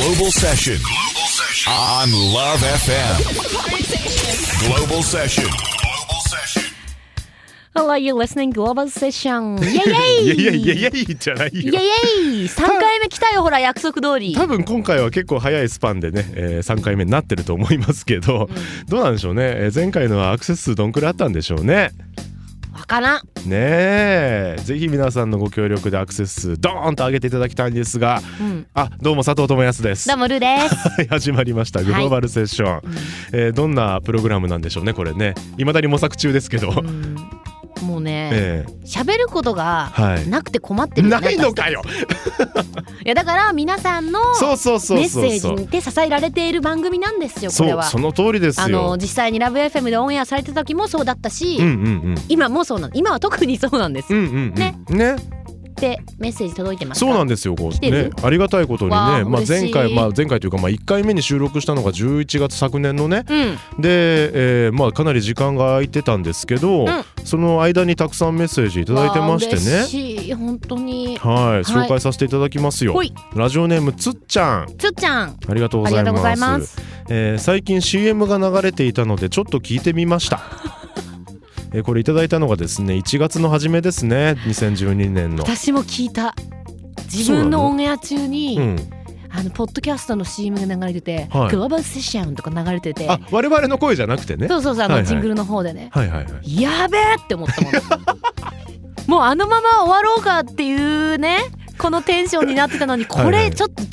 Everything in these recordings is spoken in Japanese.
Global Session on Love FM. Global Session. Hello, you're listening Global Session. イェイイェイいやいやいやじゃないよ。 イェイイェイ3回目来たよ、ほら約束通り。 多分今回は結構早いスパンでね、3回目になってると思いますけど、どうなんでしょうね、前回のはアクセス数どんくらいあったんでしょうね。 わからんねえ、ぜひ皆さんのご協力でアクセス数ドーンと上げていただきたいんですが、どうも佐藤智康です。 どうもルーです始まりましたグローバルセッション、どんなプログラムなんでしょうねこれね。未だに模索中ですけど、 もうね喋、ることがなくて困ってる、 ないのかよいやだから皆さんのメッセージで支えられている番組なんですよ、これは。 その通りですよ。 実際にラブ FM でオンエアされてた時もそうだったし、今もそうなの。今は特にそうなんですよ、ねでメッセージ届いてますか？ そうなんですよ。 来てる？ ありがたいことにね、前回というか1回目に収録したのが11月昨年のね、で、かなり時間が空いてたんですけど、その間にたくさんメッセージいただいてましてね。 嬉しい本当に。 紹介させていただきますよ。ラジオネームつっちゃん。ありがとうございます。最近 CM が流れていたのでちょっと聞いてみましたこれいただいたのがですね1月の初めですね、2012年の。 私も聞いた。自分のオンエア中にポッドキャストの CM が流れてて、グローバルセッションとか流れてて、 我々の声じゃなくてね。 そうジングルの方でね、やべえって思ったもんもうあのまま終わろうかっていうね、このテンションになってたのに、これちょっと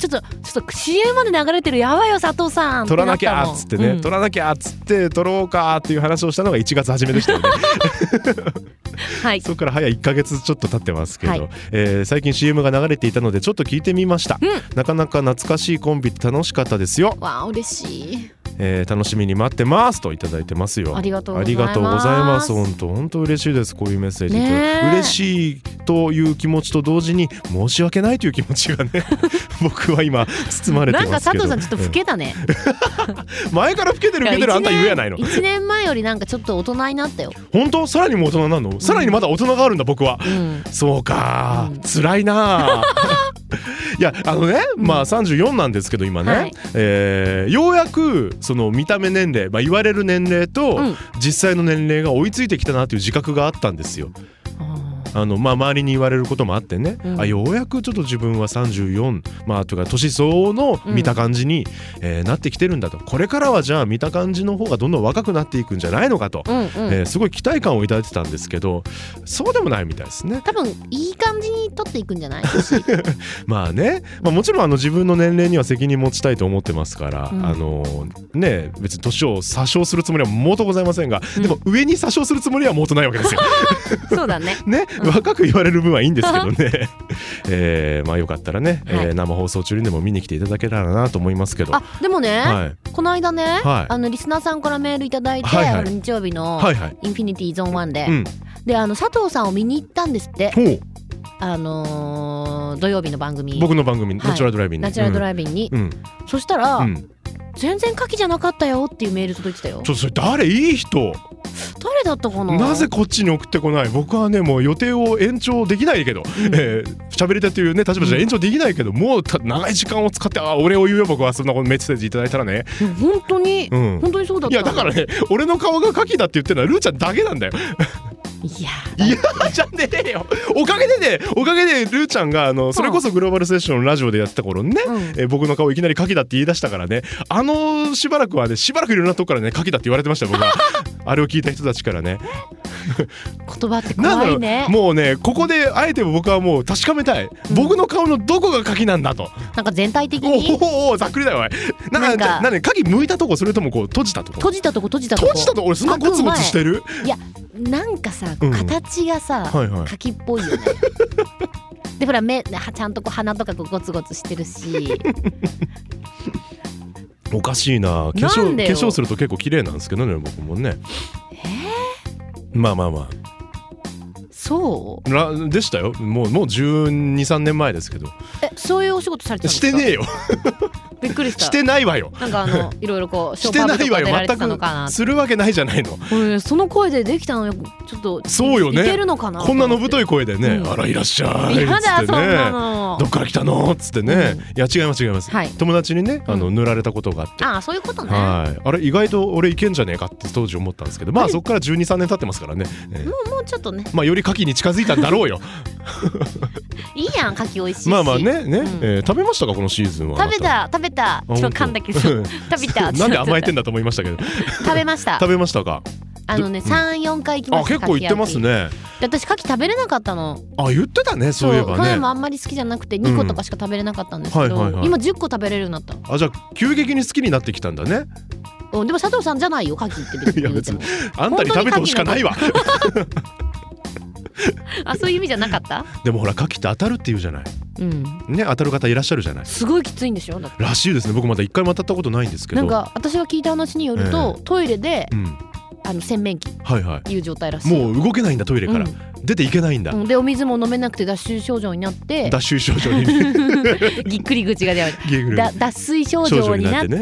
CM まで流れてる、やばいよ佐藤さん撮らなきゃっつってね、撮らなきゃっつって撮ろうかっていう話をしたのが1月初めでしたよねそこから早1ヶ月ちょっと経ってますけど、最近 CM が流れていたのでちょっと聞いてみました、なかなか懐かしいコンビって楽しかったですよ。 わあ嬉しい。 楽しみに待ってますといただいてますよ。 ありがとうございます。 本当嬉しいです。こういうメッセージ嬉しいという気持ちと同時に申し訳ないという気持ちがね僕は今包まれてますけど。 なんか佐藤さんちょっと老けたね前から老けてるあんた言うやないの。 1年前よりなんかちょっと大人になったよ。 本当？さらにも大人なの？さらにまだ大人があるんだ僕は、そうか、辛いないや34なんですけど今ね、ようやくその見た目年齢、言われる年齢と実際の年齢が追いついてきたなという自覚があったんですよ。周りに言われることもあってね、ようやくちょっと自分は34、というか年相応の見た感じに、なってきてるんだと。これからはじゃあ見た感じの方がどんどん若くなっていくんじゃないのかと、すごい期待感を抱いてたんですけど、そうでもないみたいですね。 多分いい感じに取っていくんじゃないもちろん自分の年齢には責任持ちたいと思ってますから、別に年を詐称するつもりはもとございませんが、でも上に詐称するつもりはもとないわけですよそうだね若く言われる分はいいんですけどねよかったらね、生放送中にでも見に来ていただけたらなと思いますけど。 でもね、この間ね、リスナーさんからメールいただいて、日曜日のインフィニティゾーン1で、佐藤さんを見に行ったんですって。土曜日の番組、僕の番組、ナチュラルドライビングに、そしたら、全然牡蠣じゃなかったよっていうメール届いてたよ。 それ誰？いい人誰だったかな。 なぜこっちに送ってこない。僕はねもう予定を延長できないけど、喋り手というね立場じゃ延長できないけど、もう長い時間を使って俺を言うよ。僕はそんなメッセージいただいたらね、 本当にそうだった。 いやだからね、俺の顔が牡蠣だって言ってるのはルーちゃんだけなんだよいやじゃねえよ。おかげでルーちゃんがそれこそグローバルセッションラジオでやってた頃にね、僕の顔いきなり牡蠣だって言い出したからね、しばらくいろんなとこからね牡蠣だって言われてました僕はあれを聞いた人たちからね言葉って怖いね。 もうねここであえて僕はもう確かめたい、僕の顔のどこが牡蠣なんだと。 なんか全体的にざっくりだよおい。なんか牡蠣向いたとこ、それともこう閉じたとこ。 閉じたとこ俺そんなゴツゴツしてる。 いやなんかさ、形がさ牡蠣っぽいよねでほら目ちゃんと鼻とかゴツゴツしてるしおかしいな。化粧すると結構綺麗なんですけどね僕もね。そうでしたよ。もう12、13年前ですけど。 そういうお仕事されてたんですか？ してねえよびっくりした。 してないわよ。 なんかいろいろこうショーパブとか出られてたのかな。 するわけないじゃないの。 その声でできたのよ。ちょっとそうよね。 いけるのかな。 こんなのぶとい声でね、あらいらっしゃい。 やだそんなの。 どっから来たのっつってね。いや違います違います。友達にね塗られたことがあって。 ああそういうことね。 はい。あれ意外と俺いけんじゃねえかって当時思ったんですけど、まあそこから12、3年経ってますからね。 もうちょっとね。 まあより牡蠣に近づいたんだろうよ。 いいやん牡蠣美味しいし。 まあまあね食べましたかこのシーズンは。 食べたちょっと噛んだけど食べた。 なんで甘えてんだと思いましたけど。 食べました。 食べましたか。 3、4回行きました。 結構行ってますね。 私牡蠣食べれなかったの。 言ってたねそういえばね。 去年もあんまり好きじゃなくて2個とかしか食べれなかったんですけど、今10個食べれるようになった。 じゃあ急激に好きになってきたんだね。 でも佐藤さんじゃないよ牡蠣って別に。いや別にあんたに食べてほしかないわ。 そういう意味じゃなかった。 でもほら牡蠣って当たるって言うじゃない。ね当たる方いらっしゃるじゃない。 すごいきついんでしょ。 らしいですね。僕まだ1回も当たったことないんですけど。 なんか私が聞いた話によると、トイレで洗面器いう状態らしい。 もう動けないんだトイレから、出ていけないんだ。 でお水も飲めなくて脱水症状になって。 脱水症状にぎっくり口が出る。脱水症状になって。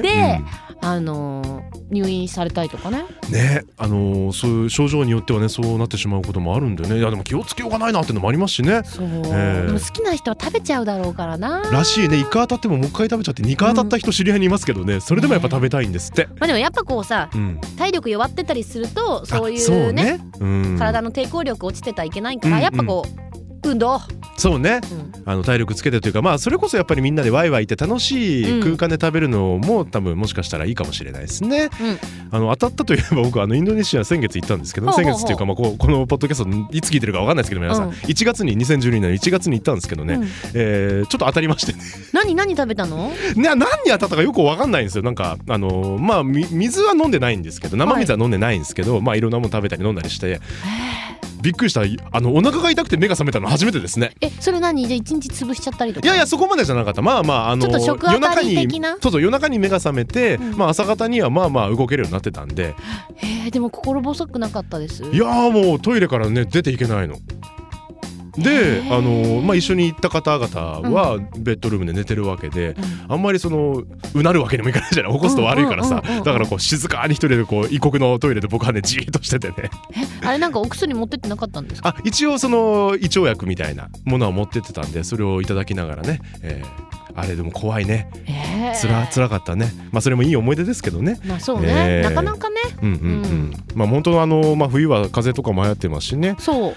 入院されたりとかね。そういう症状によってはねそうなってしまうこともあるんでね。いやでも気をつけようがないなってのもありますしね。 そう、でも好きな人は食べちゃうだろうからな。 らしいね。1回当たってももう1回食べちゃって2回当たった人知り合いにいますけどね。それでもやっぱ食べたいんですって。 でもやっぱこうさ、体力弱ってたりするとそういうね体の抵抗力落ちてたらいけないから、やっぱこう運動。 そうね、体力つけてというか、まあそれこそやっぱりみんなでワイワイって楽しい空間で食べるのも多分もしかしたらいいかもしれないですね。当たったといえば僕インドネシア先月行ったんですけど、先月っていうかこのポッドキャストいつ聞いてるか分かんないですけど皆さん、1月に2012年の1月に行ったんですけどね、ちょっと当たりましてね。 何食べたの？ 何に当たったかよく分かんないんですよ。なんかまあ水は飲んでないんですけど、生水は飲んでないんですけど、まあいろんなもの食べたり飲んだりしてびっくりした。お腹が痛くて目が覚めたの初めてですね。それ何じゃあ1日潰しちゃったりとか？いやそこまでじゃなかった。まあまあちょっと食当たり的な。 そう夜中に目が覚めて、まあ朝方にはまあ動けるようになってたんで。 でも心細くなかったです？ いやもうトイレからね出ていけないの。で一緒に行った方々はベッドルームで寝てるわけで、あんまりうなるわけにもいかないじゃない。起こすと悪いからさ。だから静かに一人で異国のトイレで僕はねじーっとしててね。 あれなんかお薬持ってってなかったんですか？ 一応胃腸薬みたいなものは持ってってたんで、それをいただきながらね、あれでも怖いね。つらかったね。まあそれもいい思い出ですけどね。 まあそうね、なかなかね。 まあ本当の冬は風邪とかも流行ってますしね。 そう。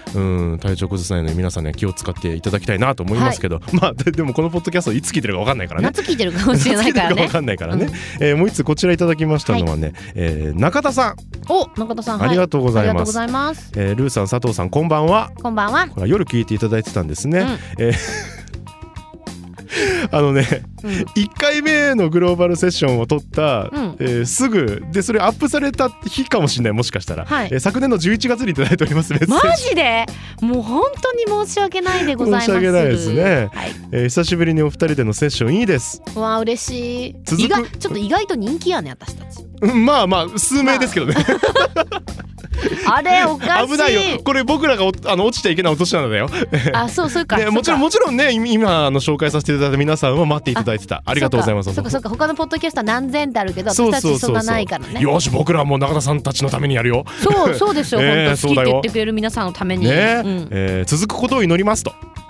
体調崩さないので皆さんね気を使っていただきたいなと思いますけど、まあでもこのポッドキャストいつ聞いてるか分かんないからね。 夏聞いてるかもしれないからね。 分かんないからね。もう一つこちらいただきましたのはね、中田さん。 中田さん、 ありがとうございます。ルーさん佐藤さんこんばんは。 こんばんは。 これは夜聞いていただいてたんですね。1回目のグローバルセッションを撮った、すぐでそれアップされた日かもしれない。もしかしたら、昨年の11月にいただいておりますメッセージ。 マジでもう本当に申し訳ないでございます。 申し訳ないですね。久しぶりにお二人でのセッションいいです。 わあ嬉しい。ちょっと意外と人気やね私たち。 まあ数名ですけどね。 あれおかしい。 危ないよ。これ僕らが落ちちゃいけない落とし穴だよ。 そうか。 もちろんね今紹介させていただいた皆さんは待っていただいてた。ありがとうございます。 そうか他のポッドキャストは何千ってあるけど私たちそんなないからね。 よし僕らはもう中田さんたちのためにやるよ。 そうですよ。本当好きって言ってくれる皆さんのために。 続くことを祈りますと。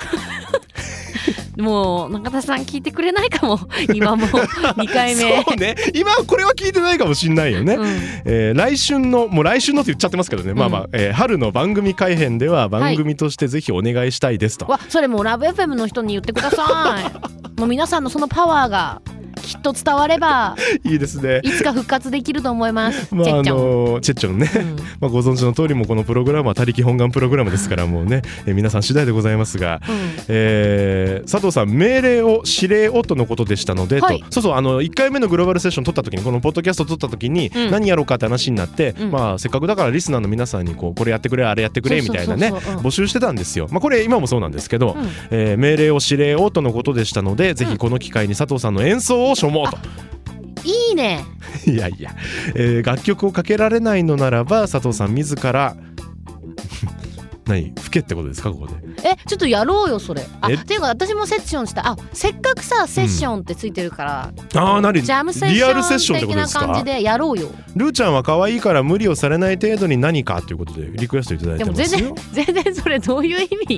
もう中田さん聞いてくれないかも。今も2回目。 そうね。今これは聞いてないかもしんないよね。来春のって言っちゃってますけどね。春の番組改編では番組としてぜひお願いしたいですと。 それもうラブ FM の人に言ってください。もう皆さんのそのパワーがきっと伝わればいいですね。 いつか復活できると思います。チェッチョンね、ご存知の通りもこのプログラムは他力本願プログラムですからもうね、皆さん次第でございますが、佐藤さん命令を指令をとのことでしたので、そう1回目のグローバルセッション撮った時にこのポッドキャスト撮った時に何やろうかって話になって、せっかくだからリスナーの皆さんにこれやってくれあれやってくれみたいなね募集してたんですよ。これ今もそうなんですけど、命令を指令をとのことでしたので、ぜひこの機会に佐藤さんの演奏を所望と。 いいね。 いや、楽曲をかけられないのならば佐藤さん自ら何吹けってことですかここで。 ちょっとやろうよそれ。っていうか私もセッションした。せっかくさセッションってついてるから、 何ジャムセッション的な感じでやろうよ。 ルーちゃんは可愛いから無理をされない程度に何かということでリクエストいただいてますよ。 でも全然それどういう意味？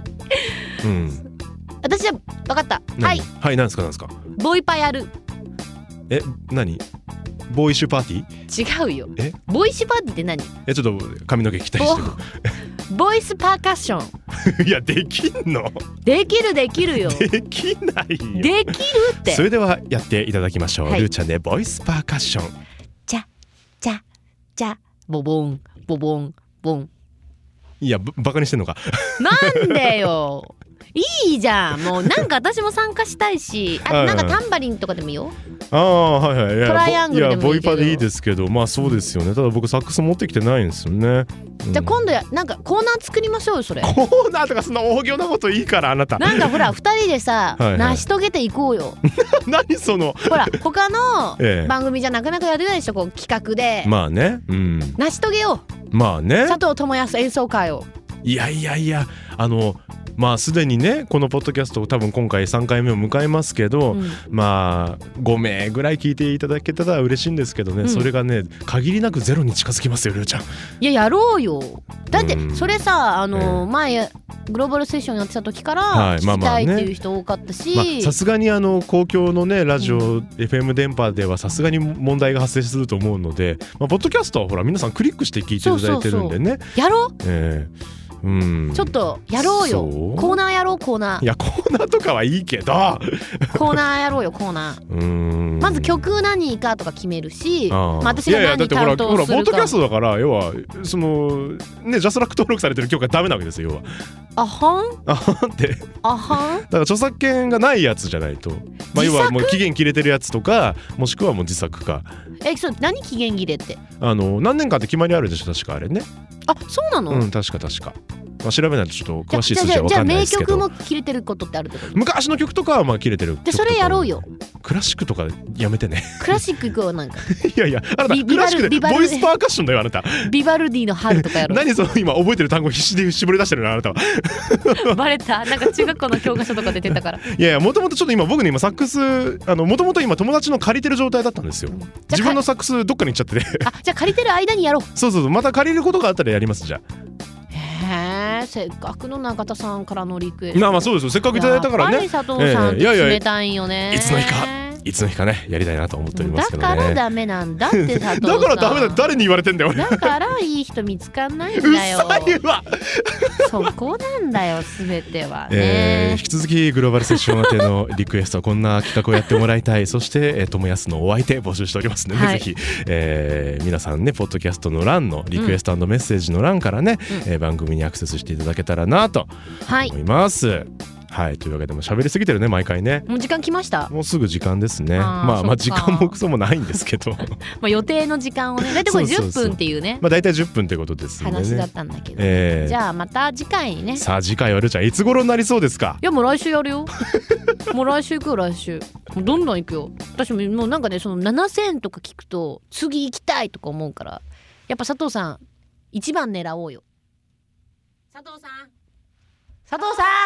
私は分かった。はい何ですか。 ボイパやる。 何？ボーイッシュパーティー？違うよ。ボーイッシュパーティーって何？ ちょっと髪の毛切ったりしてる。 ボイスパーカッション。 いやできんの？できるよ。できないよ。 できるって。 それではやっていただきましょう。ルーちゃんでボイスパーカッション。 じゃボボンボボンボン。 いやバカにしてんのか。 なんでよ。いいじゃん。もうなんか私も参加したいし、なんかタンバリンとかでもいいよ。 はいはい。 トライアングルでもいいけど。 ボイパでいいですけど、まあそうですよね。ただ僕サックス持ってきてないんですよね。 じゃあ今度なんかコーナー作りましょうよそれ。 コーナーとかそんな大行なこといいからあなた。 なんかほら2人でさ成し遂げていこうよ。 何その。ほら他の番組じゃなかなかやれないでしょこう企画で。 まあね。 成し遂げよう。まあね。 佐藤智康演奏会を。 いやまあすでにねこのポッドキャスト多分今回3回目を迎えますけど、まあ5名ぐらい聞いていただけたら嬉しいんですけどね、それがね限りなくゼロに近づきますよルーちゃん。 いややろうよ。だってそれさ前グローバルセッションやってた時から聞きたいっていう人多かったし、 さすがに公共のねラジオ、FM 電波ではさすがに問題が発生すると思うので、ポッドキャストはほら皆さんクリックして聞いていただいてるんでね。 やろう。 ちょっとやろうよ。コーナーやろうコーナー。 いやコーナーとかはいいけどコーナーやろうよコーナー。まず曲何かとか決めるし、私が何担当するか。 いやだってほらポッドキャストだから要はそのねジャスラック登録されてる曲がダメなわけですよ要は。 あはんってだから著作権がないやつじゃないと、要はもう期限切れてるやつとかもしくはもう自作か。 そう何期限切れって？ 何年間って決まりあるでしょ確かあれね。 そうなの？ 確か、調べないとちょっと詳しい数字は分かんないですけど。 じゃあ名曲も切れてることってあるってこと？ 昔の曲とかは切れてる。 でそれやろうよ。 クラシックとかやめてね。 クラシック行くよなんか。 いやあなたクラシックでボイスパーカッションだよあなた。 ビバルディの春とかやろう。 何その今覚えてる単語必死で絞り出してるのあなたは。 バレた。なんか中学校の教科書とか出てたから。 いやもともとちょっと今僕ね今サックスもともと今友達の借りてる状態だったんですよ。自分のサックスどっかに行っちゃってて。 じゃあ借りてる間にやろう。 そうまた借りることがあったらやりますじゃあ。せっかくの中田さんからのリクエスト。 まあそうですよ。せっかくいただいたからね。 やっぱり佐藤さんって冷たいんよね。 いつの日かねやりたいなと思っておりますけどね。 だからダメなんだって佐藤さん。 だからダメだ誰に言われてんだよ。 だからいい人見つかんないんだよ。 うっさいわ。 そこなんだよ全てはね。 引き続きグローバルセッション宛てのリクエストこんな企画をやってもらいたい。そして友安のお相手募集しておりますので、ぜひ皆さんねポッドキャストの欄のリクエスト&メッセージの欄からね、番組にアクセスしていただけたらなと思います。はい、というわけでも喋りすぎてるね毎回ね。 もう時間来ました。 もうすぐ時間ですね。まあ時間もクソもないんですけど予定の時間をねだいたいこれ10分っていうねだいたい10分ってことですね話だったんだけど、じゃあまた次回にね。 さあ次回はるちゃんいつ頃になりそうですか？ いやもう来週やるよもう来週行くよ来週。もうどんどん行くよ。私もうなんかねその7000とか聞くと次行きたいとか思うから、やっぱ佐藤さん1番狙おうよ。佐藤さん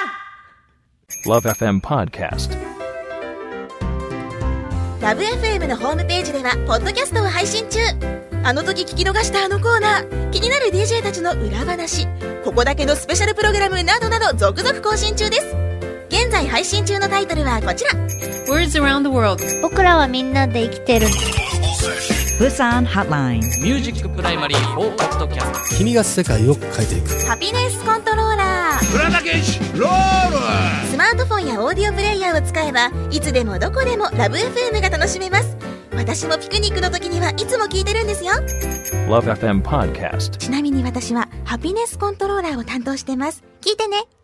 Love FM Podcast。 Love FM のホームページではポッドキャストを配信中。あの時聞き逃したあのコーナー、気になる DJ たちの裏話、ここだけのスペシャルプログラムなどなど続々更新中です。現在配信中のタイトルはこちら。 Words Around the World。 僕らはみんなで生きてる。 Busan Hotline。 ミュージックプライマリー4ポッドキャスト。 君が世界を変えていく。 ハピネスコントローラー。 浦田健士ロール。 スマートフォンやオーディオプレイヤーを使えばいつでもどこでもラブ FM が楽しめます。私もピクニックの時にはいつも聞いてるんですよ。 Love FM Podcast。 ちなみに私はハピネスコントローラーを担当してます。聞いてね。